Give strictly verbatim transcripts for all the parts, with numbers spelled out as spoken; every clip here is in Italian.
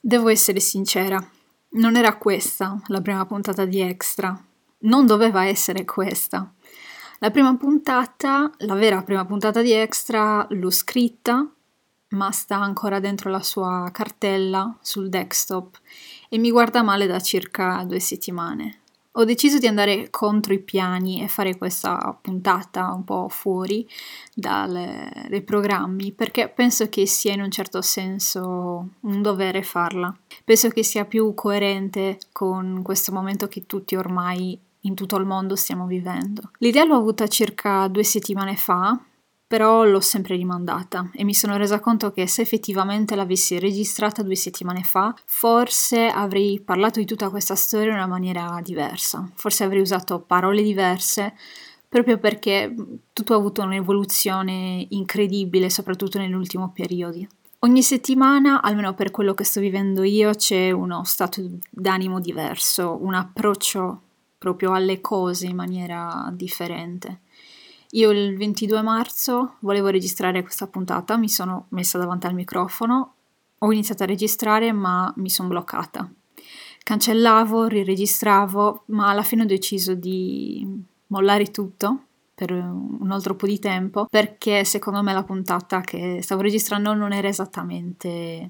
Devo essere sincera, non era questa la prima puntata di Extra, non doveva essere questa. La prima puntata, la vera prima puntata di Extra, l'ho scritta, ma sta ancora dentro la sua cartella sul desktop e mi guarda male da circa due settimane. Ho deciso di andare contro i piani e fare questa puntata un po' fuori dalle, dai programmi perché penso che sia in un certo senso un dovere farla. Penso che sia più coerente con questo momento che tutti ormai in tutto il mondo stiamo vivendo. L'idea l'ho avuta circa due settimane fa, però l'ho sempre rimandata e mi sono resa conto che se effettivamente l'avessi registrata due settimane fa, forse avrei parlato di tutta questa storia in una maniera diversa, forse avrei usato parole diverse, proprio perché tutto ha avuto un'evoluzione incredibile, soprattutto nell'ultimo periodo. Ogni settimana, almeno per quello che sto vivendo io, c'è uno stato d'animo diverso, un approccio proprio alle cose in maniera differente. Io il ventidue marzo volevo registrare questa puntata, mi sono messa davanti al microfono, ho iniziato a registrare ma mi sono bloccata. Cancellavo, riregistravo, ma alla fine ho deciso di mollare tutto per un altro po' di tempo perché secondo me la puntata che stavo registrando non era esattamente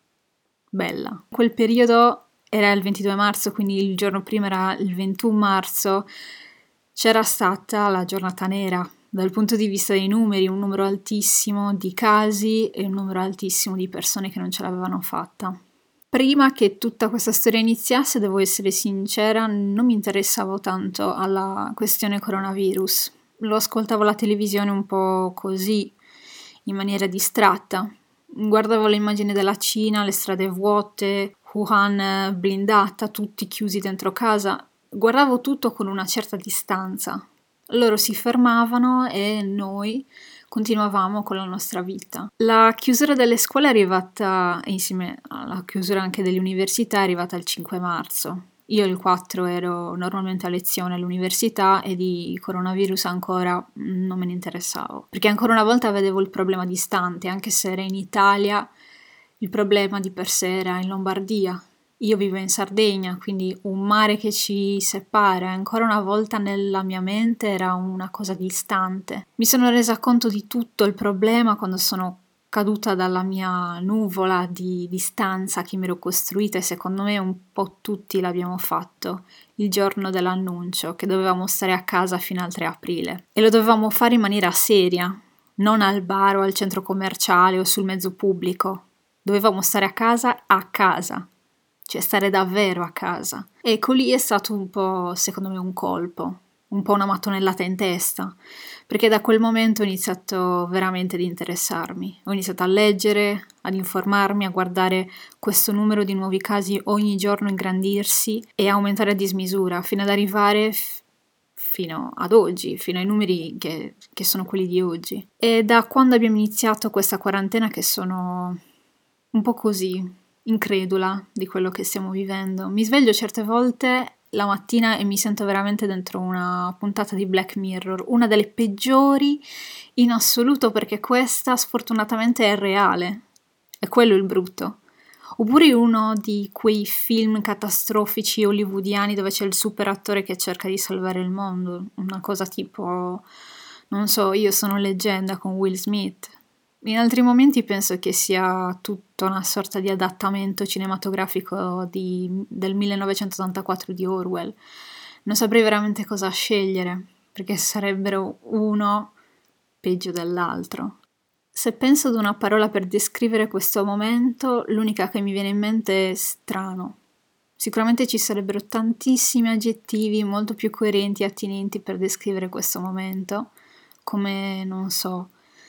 bella. Quel periodo era il ventidue marzo, quindi il giorno prima era il ventuno marzo. C'era stata la giornata nera, dal punto di vista dei numeri, un numero altissimo di casi e un numero altissimo di persone che non ce l'avevano fatta. Prima che tutta questa storia iniziasse, devo essere sincera, non mi interessavo tanto alla questione coronavirus. Lo ascoltavo alla televisione un po' così, in maniera distratta. Guardavo le immagini della Cina, le strade vuote, Wuhan blindata, tutti chiusi dentro casa. Guardavo tutto con una certa distanza. Loro si fermavano e noi continuavamo con la nostra vita. La chiusura delle scuole è arrivata, insieme alla chiusura anche delle università, è arrivata il cinque marzo. Io il quattro ero normalmente a lezione all'università e di coronavirus ancora non me ne interessavo. Perché ancora una volta vedevo il problema distante, anche se era in Italia, il problema di per sé era in Lombardia. Io vivo in Sardegna, quindi un mare che ci separa, ancora una volta nella mia mente era una cosa distante. Mi sono resa conto di tutto il problema quando sono caduta dalla mia nuvola di distanza che mi ero costruita e secondo me un po' tutti l'abbiamo fatto il giorno dell'annuncio che dovevamo stare a casa fino al tre aprile e lo dovevamo fare in maniera seria, non al bar o al centro commerciale o sul mezzo pubblico. Dovevamo stare a casa a casa. Cioè stare davvero a casa. Ecco, lì è stato un po', secondo me, un colpo, un po' una mattonellata in testa, perché da quel momento ho iniziato veramente ad interessarmi. Ho iniziato a leggere, ad informarmi, a guardare questo numero di nuovi casi ogni giorno ingrandirsi e aumentare a dismisura, fino ad arrivare f- fino ad oggi, fino ai numeri che, che sono quelli di oggi. E da quando abbiamo iniziato questa quarantena che sono un po' così, incredula di quello che stiamo vivendo. Mi sveglio certe volte la mattina e mi sento veramente dentro una puntata di Black Mirror, una delle peggiori in assoluto perché questa sfortunatamente è reale. È quello il brutto. Oppure uno di quei film catastrofici hollywoodiani dove c'è il super attore che cerca di salvare il mondo, una cosa tipo, non so, Io sono leggenda con Will Smith. In altri momenti penso che sia tutta una sorta di adattamento cinematografico di, del millenovecentottantaquattro di Orwell. Non saprei veramente cosa scegliere, perché sarebbero uno peggio dell'altro. Se penso ad una parola per descrivere questo momento, l'unica che mi viene in mente è strano. Sicuramente ci sarebbero tantissimi aggettivi molto più coerenti e attinenti per descrivere questo momento, come, non so,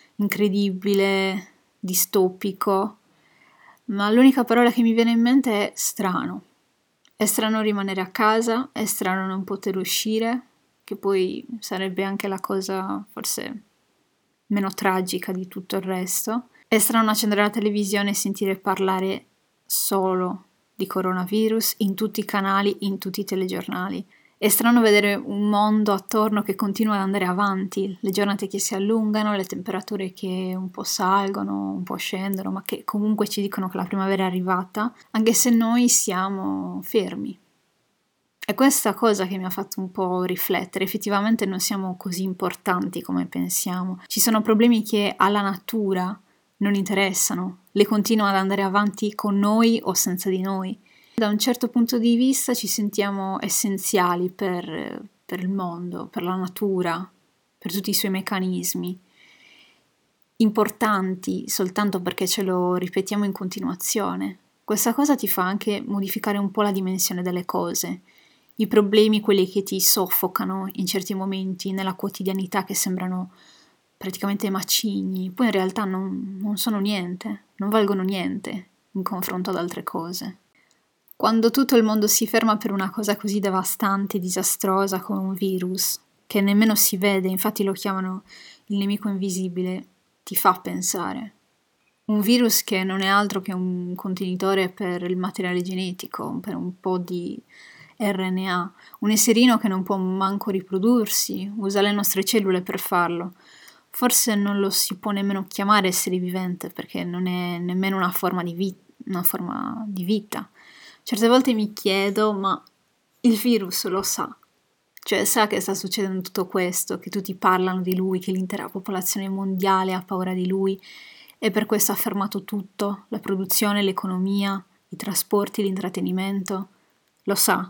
incredibile, distopico, ma l'unica parola che mi viene in mente è strano. È strano rimanere a casa, è strano non poter uscire, che poi sarebbe anche la cosa forse meno tragica di tutto il resto. È strano accendere la televisione e sentire parlare solo di coronavirus in tutti i canali, in tutti i telegiornali. È strano vedere un mondo attorno che continua ad andare avanti, le giornate che si allungano, le temperature che un po' salgono, un po' scendono, ma che comunque ci dicono che la primavera è arrivata, anche se noi siamo fermi. È questa cosa che mi ha fatto un po' riflettere, effettivamente non siamo così importanti come pensiamo. Ci sono problemi che alla natura non interessano, le continua ad andare avanti con noi o senza di noi. Da un certo punto di vista ci sentiamo essenziali per, per il mondo, per la natura, per tutti i suoi meccanismi, importanti soltanto perché ce lo ripetiamo in continuazione. Questa cosa ti fa anche modificare un po' la dimensione delle cose, i problemi, quelli che ti soffocano in certi momenti nella quotidianità, che sembrano praticamente macigni, poi in realtà non, non sono niente, non valgono niente in confronto ad altre cose. Quando tutto il mondo si ferma per una cosa così devastante e disastrosa come un virus, che nemmeno si vede, infatti lo chiamano il nemico invisibile, ti fa pensare. Un virus che non è altro che un contenitore per il materiale genetico, per un po' di erre enne a, un esserino che non può manco riprodursi, usa le nostre cellule per farlo. Forse non lo si può nemmeno chiamare essere vivente, perché non è nemmeno una forma di, vi- una forma di vita. Certe volte mi chiedo, ma il virus lo sa? Cioè sa che sta succedendo tutto questo, che tutti parlano di lui, che l'intera popolazione mondiale ha paura di lui e per questo ha fermato tutto, la produzione, l'economia, i trasporti, l'intrattenimento? Lo sa?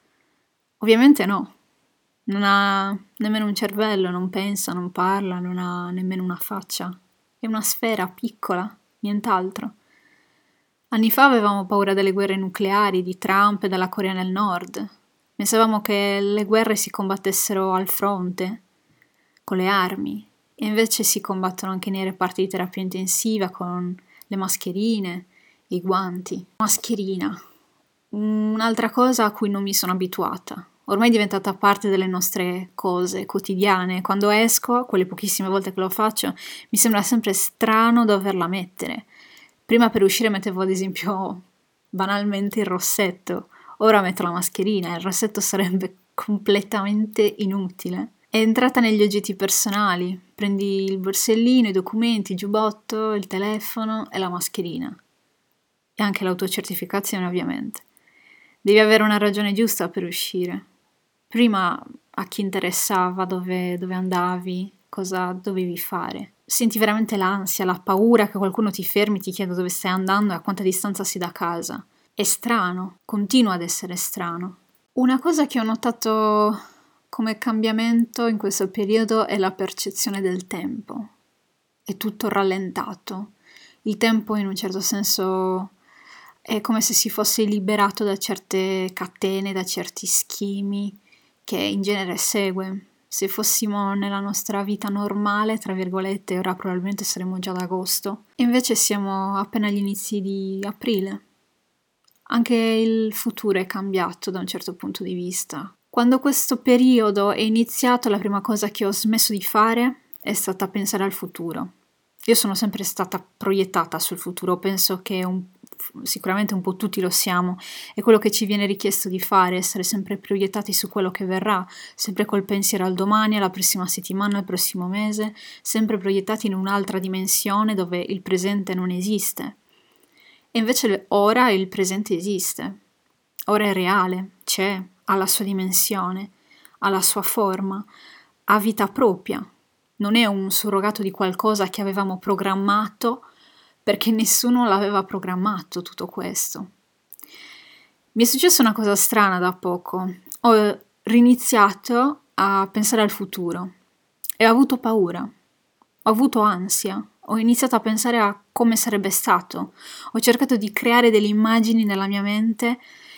Ovviamente no. Non ha nemmeno un cervello, non pensa, non parla, non ha nemmeno una faccia. È una sfera piccola, nient'altro. Anni fa avevamo paura delle guerre nucleari, di Trump e della Corea del Nord. Pensavamo che le guerre si combattessero al fronte, con le armi, e invece si combattono anche nei reparti di terapia intensiva con le mascherine, i guanti. Mascherina. Un'altra cosa a cui non mi sono abituata. Ormai è diventata parte delle nostre cose quotidiane. Quando esco, quelle pochissime volte che lo faccio, mi sembra sempre strano doverla mettere. Prima per uscire mettevo ad esempio banalmente il rossetto, ora metto la mascherina, il rossetto sarebbe completamente inutile. È entrata negli oggetti personali, prendi il borsellino, i documenti, il giubbotto, il telefono e la mascherina. E anche l'autocertificazione ovviamente. Devi avere una ragione giusta per uscire. Prima a chi interessava dove, dove andavi, cosa dovevi fare. Senti veramente l'ansia, la paura che qualcuno ti fermi, ti chieda dove stai andando e a quanta distanza sei da casa. È strano, continua ad essere strano. Una cosa che ho notato come cambiamento in questo periodo è la percezione del tempo. È tutto rallentato. Il tempo in un certo senso è come se si fosse liberato da certe catene, da certi schemi che in genere segue. Se fossimo nella nostra vita normale, tra virgolette, ora probabilmente saremmo già ad agosto. E invece siamo appena agli inizi di aprile. Anche il futuro è cambiato da un certo punto di vista. Quando questo periodo è iniziato, la prima cosa che ho smesso di fare è stata pensare al futuro. Io sono sempre stata proiettata sul futuro, penso che un, sicuramente un po' tutti lo siamo, è quello che ci viene richiesto di fare, essere sempre proiettati su quello che verrà, sempre col pensiero al domani, alla prossima settimana, al prossimo mese, sempre proiettati in un'altra dimensione dove il presente non esiste. E invece ora il presente esiste, ora è reale, c'è, ha la sua dimensione, ha la sua forma, ha vita propria. Non è un surrogato di qualcosa che avevamo programmato, perché nessuno l'aveva programmato tutto questo. Mi è successa una cosa strana da poco. Ho riniziato a pensare al futuro e ho avuto paura, ho avuto ansia, ho iniziato a pensare a come sarebbe stato. Ho cercato di creare delle immagini nella mia mente,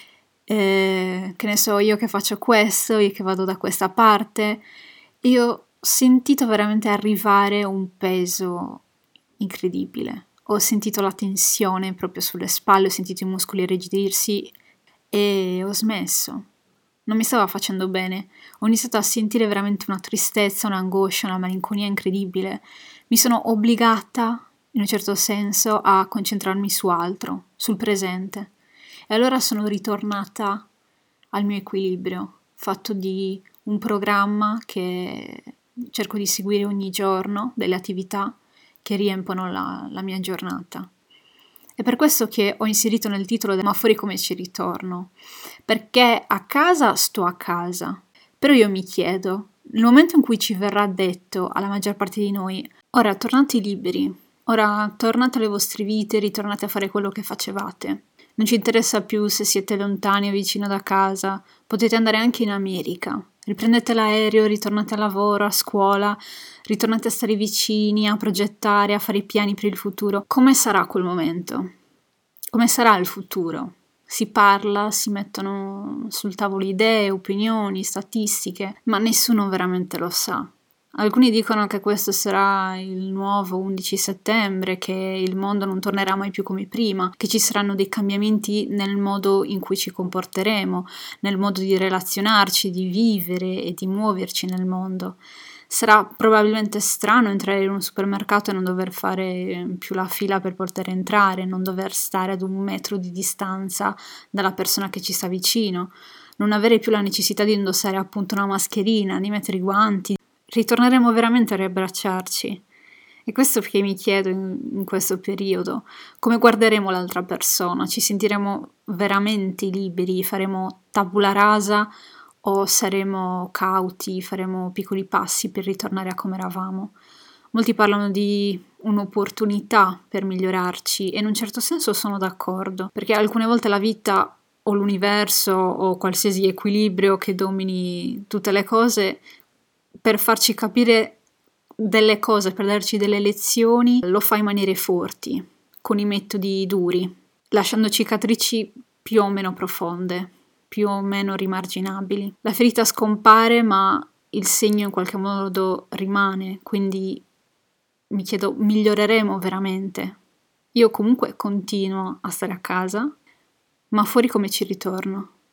eh, che ne so, io che faccio questo, io che vado da questa parte. Io ho sentito veramente arrivare un peso incredibile. Ho sentito la tensione proprio sulle spalle, ho sentito i muscoli irrigidirsi e ho smesso. Non mi stava facendo bene. Ho iniziato a sentire veramente una tristezza, un'angoscia, una malinconia incredibile. Mi sono obbligata, in un certo senso, a concentrarmi su altro, sul presente. E allora sono ritornata al mio equilibrio. fatto di un programma che cerco di seguire ogni giorno, delle attività che riempiono la, la mia giornata. È per questo che ho inserito nel titolo Ma fuori come ci ritorno, perché a casa sto a casa, però io mi chiedo, nel momento in cui ci verrà detto alla maggior parte di noi, ora tornate liberi, ora tornate alle vostre vite, ritornate a fare quello che facevate, non ci interessa più se siete lontani o vicino da casa, potete andare anche in America, riprendete l'aereo, ritornate al lavoro, a scuola, ritornate a stare vicini, a progettare, a fare i piani per il futuro. Come sarà quel momento? Come sarà il futuro? Si parla, si mettono sul tavolo idee, opinioni, statistiche, ma nessuno veramente lo sa. Alcuni dicono che questo sarà il nuovo undici settembre, che il mondo non tornerà mai più come prima, che ci saranno dei cambiamenti nel modo in cui ci comporteremo, nel modo di relazionarci, di vivere e di muoverci nel mondo. Sarà probabilmente strano entrare in un supermercato e non dover fare più la fila per poter entrare, non dover stare ad un metro di distanza dalla persona che ci sta vicino, non avere più la necessità di indossare appunto una mascherina, di mettere i guanti. Ritorneremo veramente a riabbracciarci. E questo che mi chiedo in, in questo periodo, come guarderemo l'altra persona? Ci sentiremo veramente liberi? Faremo tabula rasa o saremo cauti, faremo piccoli passi per ritornare a come eravamo? Molti parlano di un'opportunità per migliorarci e in un certo senso sono d'accordo, perché alcune volte la vita o l'universo o qualsiasi equilibrio che domini tutte le cose, per farci capire delle cose, per darci delle lezioni, lo fa in maniere forti, con i metodi duri, lasciando cicatrici più o meno profonde, più o meno rimarginabili. La ferita scompare, ma il segno in qualche modo rimane, quindi mi chiedo, miglioreremo veramente? Io comunque continuo a stare a casa, ma fuori come ci ritorno?